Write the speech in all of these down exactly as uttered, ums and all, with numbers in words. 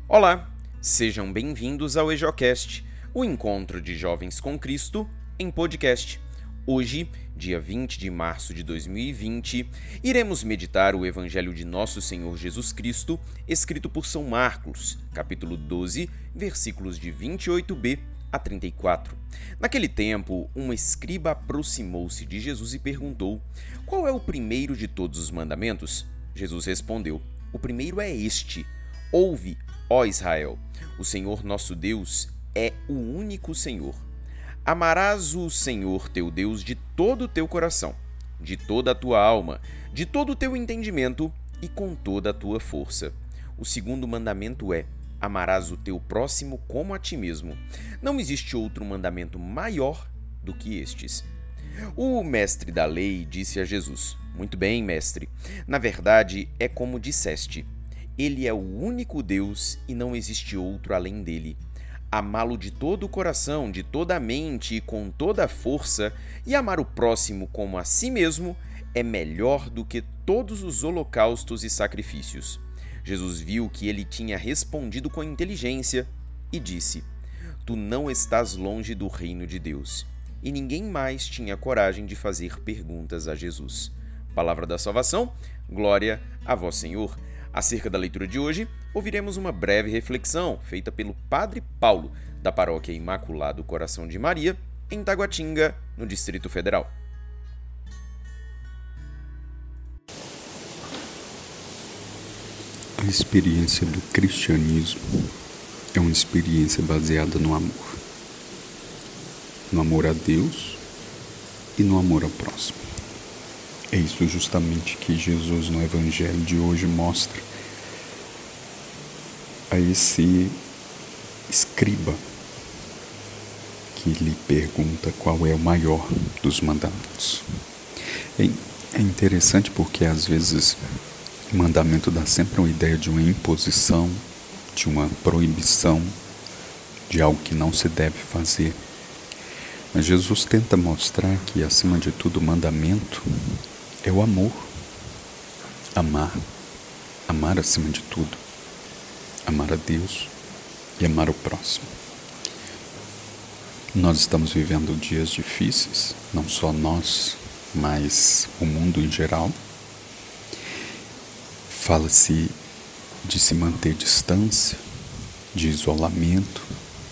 Olá, sejam bem-vindos ao EJOcast, o encontro de jovens com Cristo em podcast. Hoje, dia vinte de março de dois mil e vinte, iremos meditar o Evangelho de Nosso Senhor Jesus Cristo, escrito por São Marcos, capítulo doze, versículos de vinte e oito b a trinta e quatro. Naquele tempo, um escriba aproximou-se de Jesus e perguntou: "Qual é o primeiro de todos os mandamentos?" Jesus respondeu: "O primeiro é este: Ouve, ó Israel, o Senhor nosso Deus é o único Senhor. Amarás o Senhor teu Deus de todo o teu coração, de toda a tua alma, de todo o teu entendimento e com toda a tua força. O segundo mandamento é: amarás o teu próximo como a ti mesmo. Não existe outro mandamento maior do que estes." O mestre da lei disse a Jesus: "Muito bem, mestre. Na verdade, é como disseste. Ele é o único Deus e não existe outro além dele. Amá-lo de todo o coração, de toda a mente e com toda a força, e amar o próximo como a si mesmo, é melhor do que todos os holocaustos e sacrifícios." Jesus viu que ele tinha respondido com inteligência e disse: "Tu não estás longe do reino de Deus." E ninguém mais tinha coragem de fazer perguntas a Jesus. Palavra da salvação, glória a vós, Senhor. Acerca da leitura de hoje, ouviremos uma breve reflexão feita pelo Padre Paulo, da Paróquia Imaculado Coração de Maria, em Taguatinga, no Distrito Federal. A experiência do cristianismo é uma experiência baseada no amor. No amor a Deus e no amor ao próximo. É isso justamente que Jesus no Evangelho de hoje mostra a esse escriba que lhe pergunta qual é o maior dos mandamentos. É interessante porque às vezes o mandamento dá sempre uma ideia de uma imposição, de uma proibição, de algo que não se deve fazer. Mas Jesus tenta mostrar que, acima de tudo, o mandamento é o amor. Amar. Amar acima de tudo. Amar a Deus e amar o próximo. Nós estamos vivendo dias difíceis, não só nós, mas o mundo em geral. Fala-se de se manter distância, de isolamento.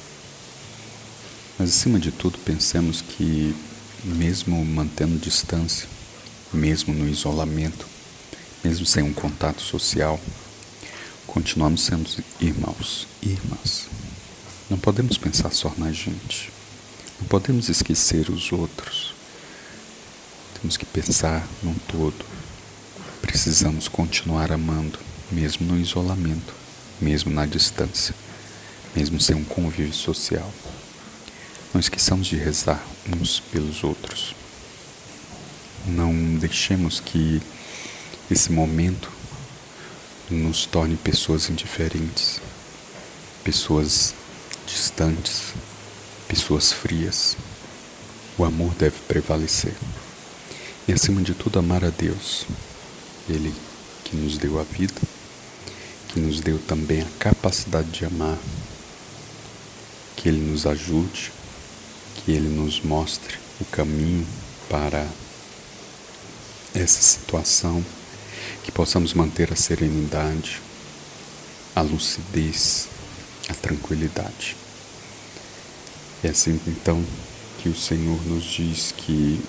Mas, acima de tudo, pensemos que, mesmo mantendo distância, mesmo no isolamento, mesmo sem um contato social, continuamos sendo irmãos e irmãs. Não podemos pensar só na gente. Não podemos esquecer os outros. Temos que pensar num todo. Precisamos continuar amando, mesmo no isolamento, mesmo na distância, mesmo sem um convívio social. Não esqueçamos de rezar uns pelos outros. Não deixemos que esse momento nos torne pessoas indiferentes, pessoas distantes, pessoas frias. O amor deve prevalecer. E, acima de tudo, amar a Deus. Ele que nos deu a vida, que nos deu também a capacidade de amar, que Ele nos ajude, que Ele nos mostre o caminho para essa situação, que possamos manter a serenidade, a lucidez, a tranquilidade. É assim então que o Senhor nos diz que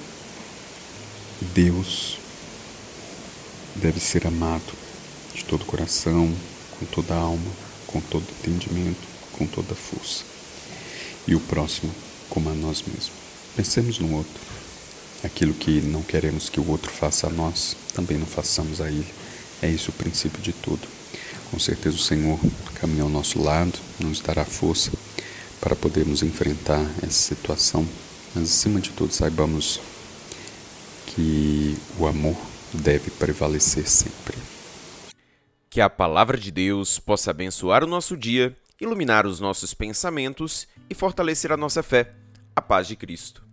Deus deve ser amado de todo o coração, com toda a alma, com todo o entendimento, com toda a força. E o próximo como a nós mesmos. Pensemos no outro. Aquilo que não queremos que o outro faça a nós, também não façamos a ele. É isso o princípio de tudo. Com certeza o Senhor caminha ao nosso lado, nos dará força para podermos enfrentar essa situação. Mas, acima de tudo, saibamos que o amor deve prevalecer sempre. Que a palavra de Deus possa abençoar o nosso dia, iluminar os nossos pensamentos e fortalecer a nossa fé. A paz de Cristo.